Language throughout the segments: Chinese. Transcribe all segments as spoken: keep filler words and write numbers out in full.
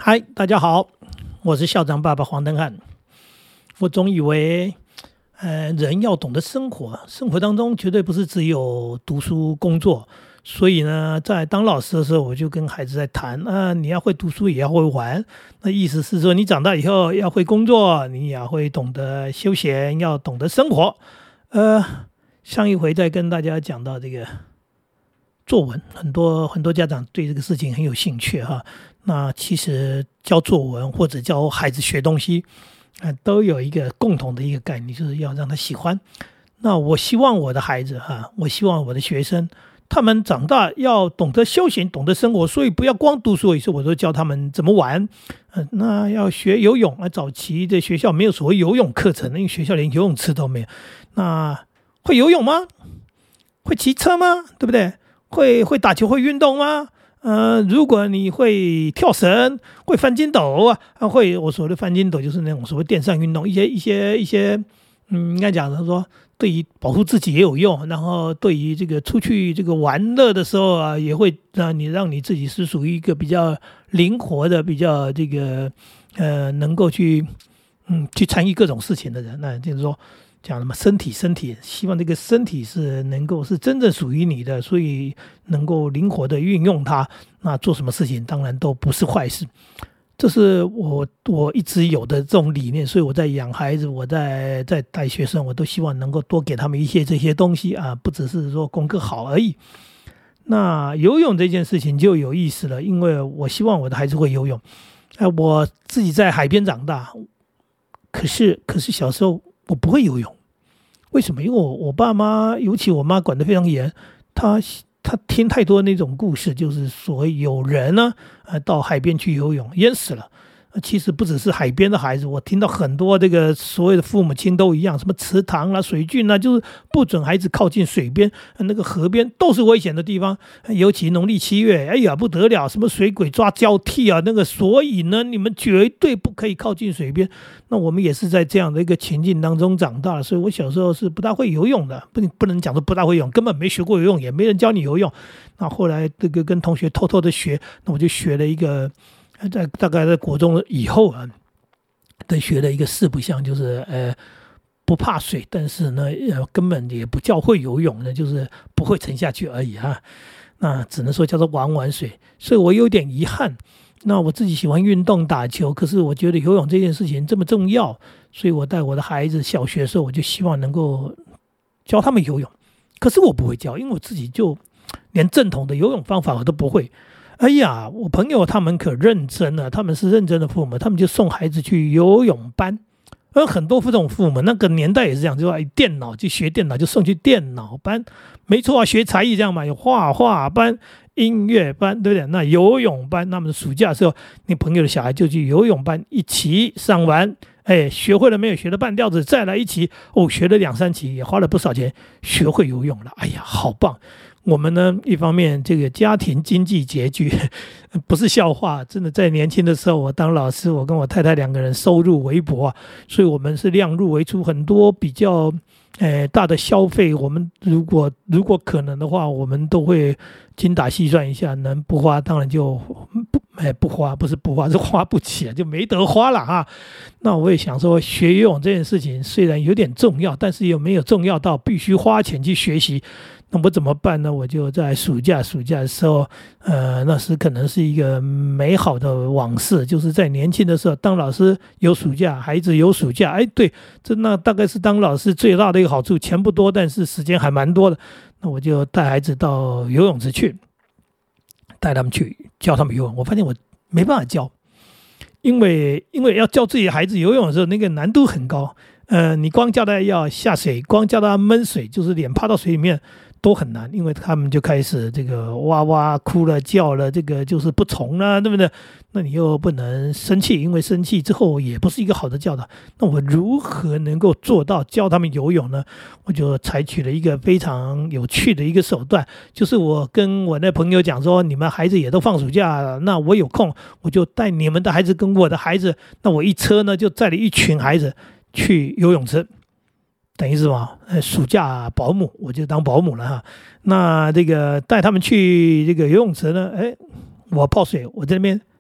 嗨，大家好，我是校长爸爸黄登汉。我总以为，呃，人要懂得生活，生活当中绝对不是只有读书工作。所以呢，在当老师的时候，我就跟孩子在谈啊，你要会读书，也要会玩。那意思是说，你长大以后要会工作，你也会懂得休闲，要懂得生活。呃，上一回再跟大家讲到这个作文，很多很多家长对这个事情很有兴趣哈。那其实教作文或者教孩子学东西，呃，都有一个共同的一个概念，就是要让他喜欢。那我希望我的孩子哈，我希望我的学生，他们长大要懂得休闲，懂得生活，所以不要光读书，于是我都教他们怎么玩。呃、那要学游泳啊，早期的学校没有所谓游泳课程，因为学校连游泳池都没有。那会游泳吗？会骑车吗？对不对？会会打球，会运动吗？呃，如果你会跳绳，会翻筋斗啊，会我所谓的翻筋斗就是那种所谓电上运动，一些一些一些，嗯，应该讲的说，对于保护自己也有用，然后对于这个出去这个玩乐的时候啊，也会让你让你自己是属于一个比较灵活的，比较这个呃能够去嗯去参与各种事情的人。那就是说。讲了嘛，身体身体，希望这个身体是能够是真正属于你的，所以能够灵活的运用它。那做什么事情当然都不是坏事，这是我我一直有的这种理念。所以我在养孩子，我在在带学生，我都希望能够多给他们一些这些东西啊，不只是说功课好而已。那游泳这件事情就有意思了，因为我希望我的孩子会游泳。哎、呃，我自己在海边长大，可是可是小时候。我不会游泳，为什么？因为我我爸妈，尤其我妈管得非常严，她她听太多那种故事，就是所谓有人呢，呃，到海边去游泳淹死了。其实不只是海边的孩子，我听到很多这个所谓的父母亲都一样，什么池塘啦、水郡啦，就是不准孩子靠近水边，那个河边都是危险的地方。尤其农历七月，哎呀不得了，什么水鬼抓交替啊，那个所以呢，你们绝对不可以靠近水边。那我们也是在这样的一个情境当中长大，所以我小时候是不大会游泳的，不不能讲说不大会游泳，根本没学过游泳，也没人教你游泳。那后来这个跟同学偷偷的学，那我就学了一个。在大概在国中以后啊，的学了一个四不像，就是呃不怕水，但是呢呃根本也不叫会游泳呢，就是不会沉下去而已啊。那只能说叫做玩玩水，所以我有点遗憾。那我自己喜欢运动打球，可是我觉得游泳这件事情这么重要，所以我带我的孩子小学的时候，我就希望能够教他们游泳。可是我不会教，因为我自己就连正统的游泳方法我都不会。哎呀，我朋友他们可认真了，他们是认真的父母，他们就送孩子去游泳班。而很多这种父母，那个年代也是这样，就说电脑就学电脑，就送去电脑班。没错啊，学才艺这样嘛，有画画班、音乐班，对不对？那游泳班，那么暑假的时候，你朋友的小孩就去游泳班一起上完，哎，学会了没有？学了半吊子，再来一起，哦，学了两三期，也花了不少钱，学会游泳了。哎呀，好棒！我们呢，一方面这个家庭经济拮据，不是笑话，真的在年轻的时候，我当老师，我跟我太太两个人收入微薄啊，所以我们是量入为出，很多比较呃大的消费，我们如果如果可能的话，我们都会精打细算一下，能不花当然就不哎不花，不是不花，是花不起，就没得花了啊。那我也想说，学游泳这件事情虽然有点重要，但是又没有重要到必须花钱去学习。那我怎么办呢？我就在暑假暑假的时候，呃，那时可能是一个美好的往事，就是在年轻的时候当老师有暑假，孩子有暑假，哎，对，这那大概是当老师最大的一个好处，钱不多，但是时间还蛮多的。那我就带孩子到游泳池去，带他们去教他们游泳。我发现我没办法教，因为因为要教自己的孩子游泳的时候，那个难度很高。呃，你光教他要下水，光教他闷水，就是脸趴到水里面。都很难，因为他们就开始这个哇哇哭了叫了，这个就是不从了，对不对？那你又不能生气，因为生气之后也不是一个好的教导。那我如何能够做到教他们游泳呢？我就采取了一个非常有趣的一个手段，就是我跟我那朋友讲说，你们孩子也都放暑假，那我有空我就带你们的孩子跟我的孩子，那我一车呢就载了一群孩子去游泳池。等于是嘛，呃，暑假保姆，我就当保姆了哈。那这个带他们去这个游泳池呢，哎，我泡水，我在那边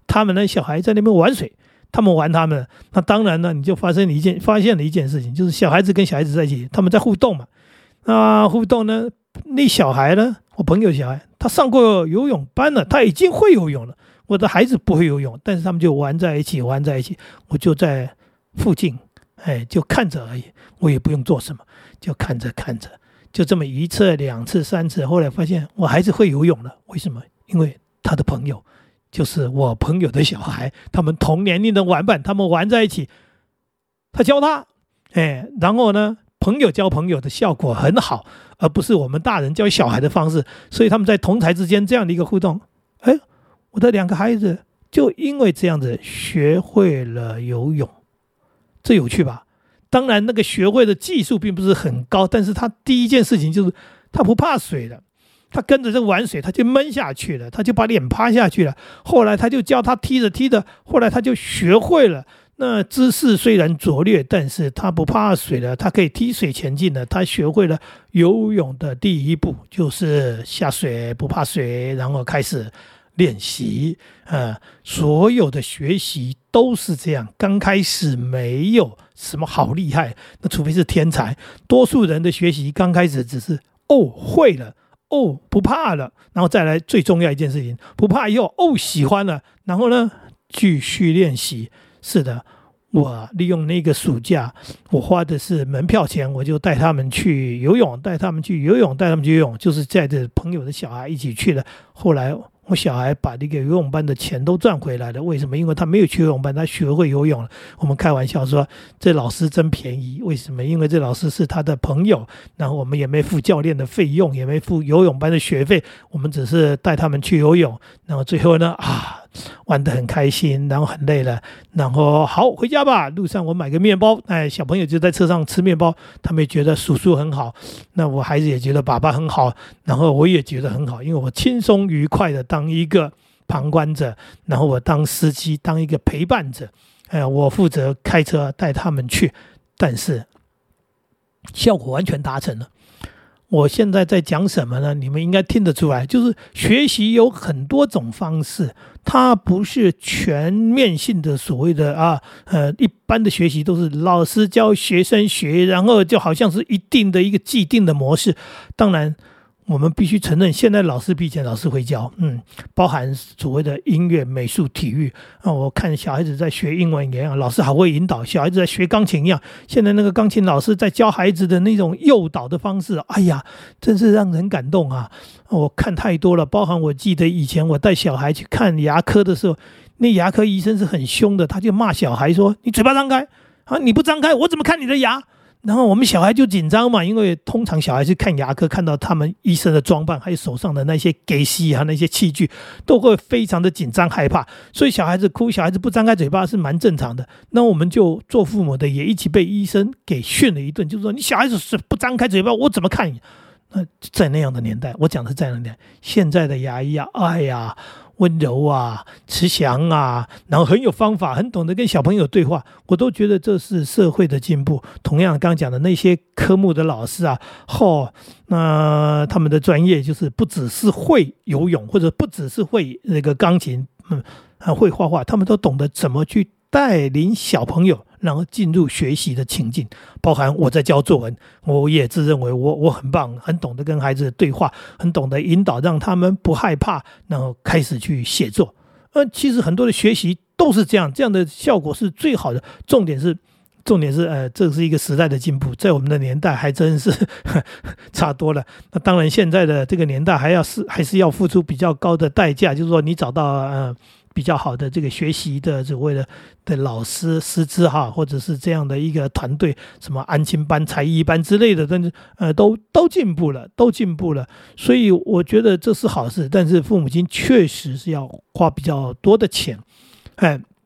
他们的小孩在那边玩水，他们玩他们的。那当然呢，你就发生了一件发现了一件事情，就是小孩子跟小孩子在一起，他们在互动嘛。那互动呢，那小孩呢，我朋友小孩，他上过游泳班了，他已经会游泳了。我的孩子不会游泳，但是他们就玩在一起，玩在一起。我就在附近，哎，就看着而已，我也不用做什么，就看着看着，就这么一次、两次、三次。后来发现我孩子会游泳了，为什么？因为他的朋友就是我朋友的小孩，他们同年龄的玩伴，他们玩在一起，他教他，哎，然后呢，朋友教朋友的效果很好，而不是我们大人教小孩的方式。所以他们在同台之间这样的一个互动，哎，我的两个孩子就因为这样子学会了游泳，这有趣吧？当然，那个学会的技术并不是很高，但是他第一件事情就是他不怕水了。他跟着这玩水，他就闷下去了，他就把脸趴下去了。后来他就教他踢着踢着，后来他就学会了。那姿势虽然拙劣，但是他不怕水了，他可以踢水前进了。他学会了游泳的第一步，就是下水不怕水，然后开始练习。呃，所有的学习都是这样，刚开始没有什么好厉害，那除非是天才。多数人的学习刚开始只是哦会了。哦，不怕了，然后再来最重要一件事情，不怕以后哦喜欢了，然后呢继续练习。是的，我利用那个暑假，我花的是门票钱，我就带他们去游泳，带他们去游泳，带他们去游泳，就是带着朋友的小孩一起去了。后来我小孩把那个游泳班的钱都赚回来了，为什么？因为他没有去游泳班，他学会游泳了。我们开玩笑说，这老师真便宜，为什么？因为这老师是他的朋友，然后我们也没付教练的费用，也没付游泳班的学费，我们只是带他们去游泳，然后最后呢，啊，玩得很开心，然后很累了，然后好回家吧。路上我买个面包，哎，小朋友就在车上吃面包，他们也觉得叔叔很好，那我孩子也觉得爸爸很好，然后我也觉得很好，因为我轻松愉快的当一个旁观者，然后我当司机，当一个陪伴者，哎，我负责开车带他们去，但是效果完全达成了。我现在在讲什么呢？你们应该听得出来，就是学习有很多种方式，它不是全面性的所谓的啊，呃，一般的学习都是老师教学生学，然后就好像是一定的一个既定的模式。当然，我们必须承认，现在老师比以前老师会教，嗯，包含所谓的音乐、美术、体育啊。我看小孩子在学英文一样，老师好会引导；小孩子在学钢琴一样，现在那个钢琴老师在教孩子的那种诱导的方式，哎呀，真是让人感动啊！我看太多了，包含我记得以前我带小孩去看牙科的时候，那牙科医生是很凶的，他就骂小孩说：“你嘴巴张开啊，你不张开，我怎么看你的牙？”然后我们小孩就紧张嘛，因为通常小孩去看牙科，看到他们医生的装扮，还有手上的那些给息啊那些器具，都会非常的紧张害怕，所以小孩子哭，小孩子不张开嘴巴是蛮正常的。那我们就做父母的也一起被医生给训了一顿，就是说你小孩子是不张开嘴巴，我怎么看你？那在那样的年代，我讲的是在那样的年代，现在的牙医啊，哎呀，温柔啊，慈祥啊，然后很有方法，很懂得跟小朋友对话，我都觉得这是社会的进步。同样刚刚讲的那些科目的老师啊，哦，那他们的专业就是不只是会游泳，或者不只是会那个钢琴，嗯，会画画，他们都懂得怎么去带领小朋友，然后进入学习的情境。包含我在教作文，我也自认为我我很棒，很懂得跟孩子对话，很懂得引导，让他们不害怕，然后开始去写作。呃，其实很多的学习都是这样，这样的效果是最好的。重点是，重点是，呃，这是一个时代的进步，在我们的年代还真是呵呵差多了。那当然，现在的这个年代还要是还是要付出比较高的代价，就是说你找到呃。比较好的这个学习的所谓的的老师师资哈，或者是这样的一个团队，什么安亲班、才艺班之类的，但是呃都都进步了，都进步了。所以我觉得这是好事，但是父母亲确实是要花比较多的钱，哎。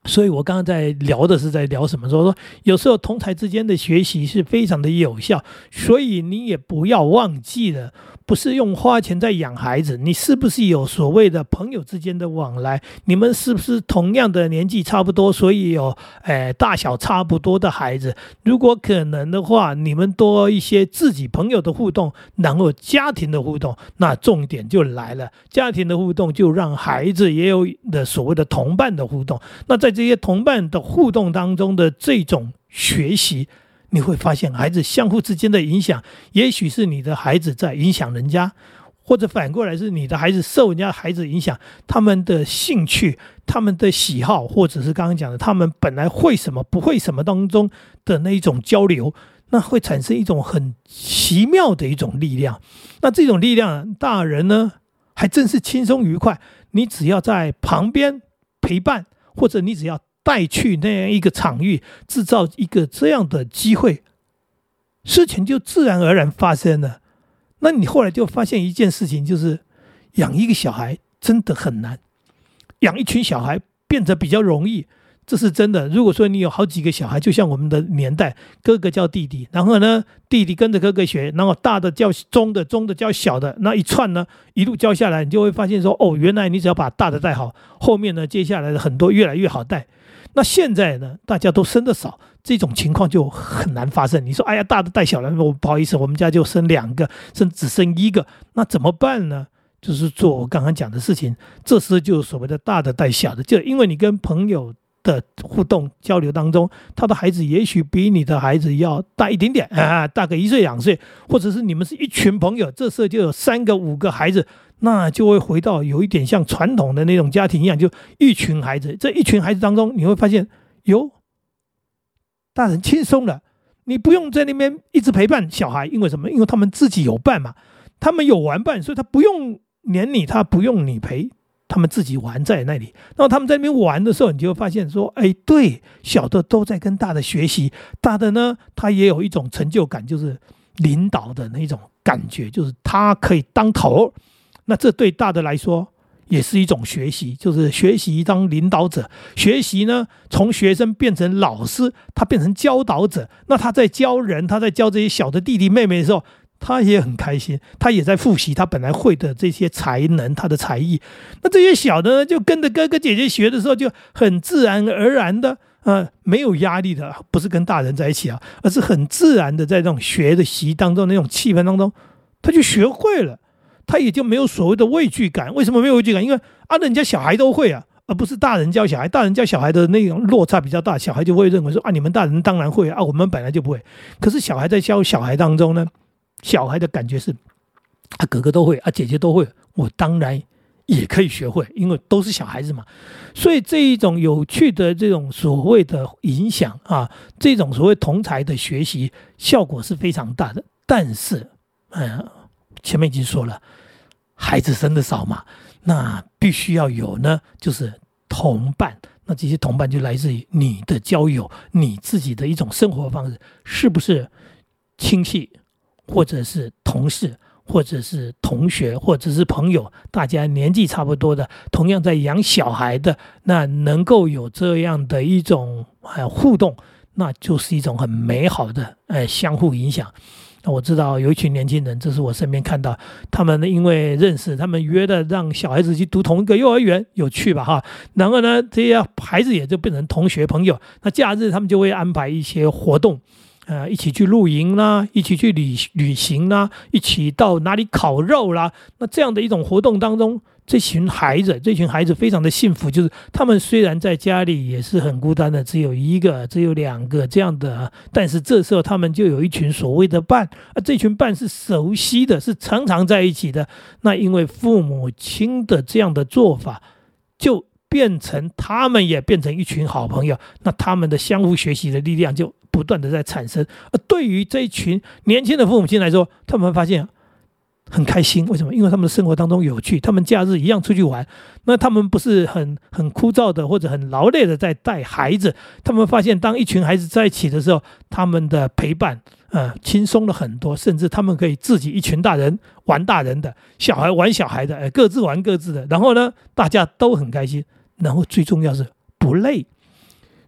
所以我刚刚在聊的是在聊什么？说说有时候同才之间的学习是非常的有效，所以你也不要忘记了，不是用花钱在养孩子，你是不是有所谓的朋友之间的往来？你们是不是同样的年纪差不多，所以有诶大小差不多的孩子？如果可能的话，你们多一些自己朋友的互动，然后家庭的互动，那重点就来了。家庭的互动就让孩子也有的所谓的同伴的互动，那在这些同伴的互动当中的这种学习，你会发现孩子相互之间的影响，也许是你的孩子在影响人家，或者反过来是你的孩子受人家孩子影响，他们的兴趣、他们的喜好，或者是刚刚讲的他们本来会什么不会什么当中的那一种交流，那会产生一种很奇妙的一种力量。那这种力量，大人呢还真是轻松愉快，你只要在旁边陪伴，或者你只要带去那样一个场域，制造一个这样的机会，事情就自然而然发生了。那你后来就发现一件事情，就是养一个小孩真的很难，养一群小孩变得比较容易，这是真的。如果说你有好几个小孩，就像我们的年代，哥哥教弟弟，然后呢弟弟跟着哥哥学，然后大的教中的，中的教小的，那一串呢一路教下来，你就会发现说，哦，原来你只要把大的带好，后面呢接下来的很多越来越好带。那现在呢大家都生得少，这种情况就很难发生。你说哎呀，大的带小的，我不好意思，我们家就生两个，甚至只生一个，那怎么办呢？就是做我刚刚讲的事情，这时候就所谓的大的带小的，就因为你跟朋友的互动交流当中，他的孩子也许比你的孩子要大一点点啊，大个一岁两岁，或者是你们是一群朋友，这时候就有三个五个孩子，那就会回到有一点像传统的那种家庭一样，就一群孩子，这一群孩子当中，你会发现有大人轻松了，你不用在那边一直陪伴小孩，因为什么？因为他们自己有伴嘛，他们有玩伴，所以他不用黏你，他不用你陪，他们自己玩在那里。然后他们在那边玩的时候，你就会发现说，哎，对，小的都在跟大的学习，大的呢，他也有一种成就感，就是领导的那种感觉，就是他可以当头。那这对大的来说也是一种学习，就是学习当领导者，学习呢从学生变成老师，他变成教导者。那他在教人，他在教这些小的弟弟妹妹的时候，他也很开心，他也在复习他本来会的这些才能，他的才艺。那这些小的呢，就跟着哥哥姐姐学的时候，就很自然而然的，呃，没有压力的，不是跟大人在一起啊，而是很自然的在这种学的习当中，那种气氛当中，他就学会了，他也就没有所谓的畏惧感。为什么没有畏惧感？因为啊，人家小孩都会啊，而不是大人教小孩。大人教小孩的那种落差比较大，小孩就会认为说啊，你们大人当然会啊，我们本来就不会。可是小孩在教小孩当中呢，小孩的感觉是啊，哥哥都会啊，姐姐都会，我当然也可以学会，因为都是小孩子嘛。所以这一种有趣的这种所谓的影响啊，这种所谓同才的学习效果是非常大的。但是，嗯，前面已经说了，孩子生的少嘛，那必须要有呢，就是同伴。那这些同伴就来自于你的交友，你自己的一种生活方式，是不是亲戚，或者是同事，或者是同学，或者是朋友，大家年纪差不多的，同样在养小孩的，那能够有这样的一种呃互动，那就是一种很美好的呃相互影响。那我知道有一群年轻人，这是我身边看到，他们因为认识，他们约的让小孩子去读同一个幼儿园，有趣吧哈？然后呢，这些孩子也就变成同学朋友。那假日他们就会安排一些活动，呃，一起去露营啦，一起去旅旅行啦，一起到哪里烤肉啦。那这样的一种活动当中，这群孩子，这群孩子非常的幸福，就是他们虽然在家里也是很孤单的，只有一个，只有两个这样的，但是这时候他们就有一群所谓的伴，啊，这群伴是熟悉的，是常常在一起的。那因为父母亲的这样的做法，就变成他们也变成一群好朋友，那他们的相互学习的力量就不断的在产生。而对于这一群年轻的父母亲来说，他们发现很开心。为什么？因为他们的生活当中有趣，他们假日一样出去玩，那他们不是很很枯燥的或者很劳累的在带孩子，他们发现当一群孩子在一起的时候，他们的陪伴呃轻松了很多，甚至他们可以自己一群大人玩大人的，小孩玩小孩的，呃各自玩各自的，然后呢大家都很开心，然后最重要是不累。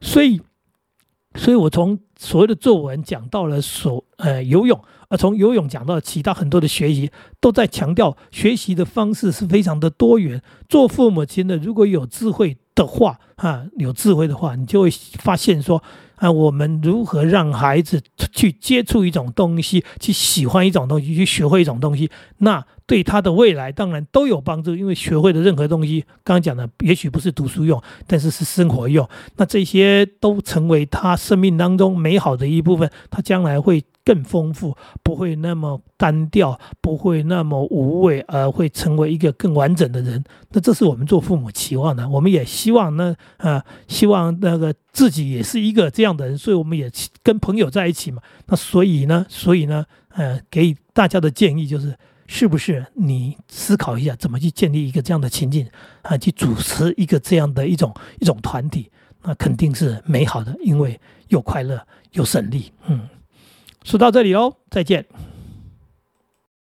所以，所以我从所谓的作文讲到了所呃游泳，而从游泳讲到其他很多的学习，都在强调学习的方式是非常的多元。做父母亲的，如果有智慧的话，啊，有智慧的话，你就会发现说，啊，我们如何让孩子去接触一种东西，去喜欢一种东西，去学会一种东西，那对他的未来当然都有帮助。因为学会的任何东西，刚刚讲的，也许不是读书用，但是是生活用，那这些都成为他生命当中美好的一部分，他将来会更丰富，不会那么单调，不会那么无味，而会成为一个更完整的人。那这是我们做父母期望的，我们也希望呢，呃，希望那个自己也是一个这样的人，所以我们也跟朋友在一起嘛。那所以呢，所以呢，呃，给大家的建议就是，是不是你思考一下，怎么去建立一个这样的情境啊，去主持一个这样的一种一种团体，那肯定是美好的，因为又快乐又省力。嗯。说到这里喽，再见。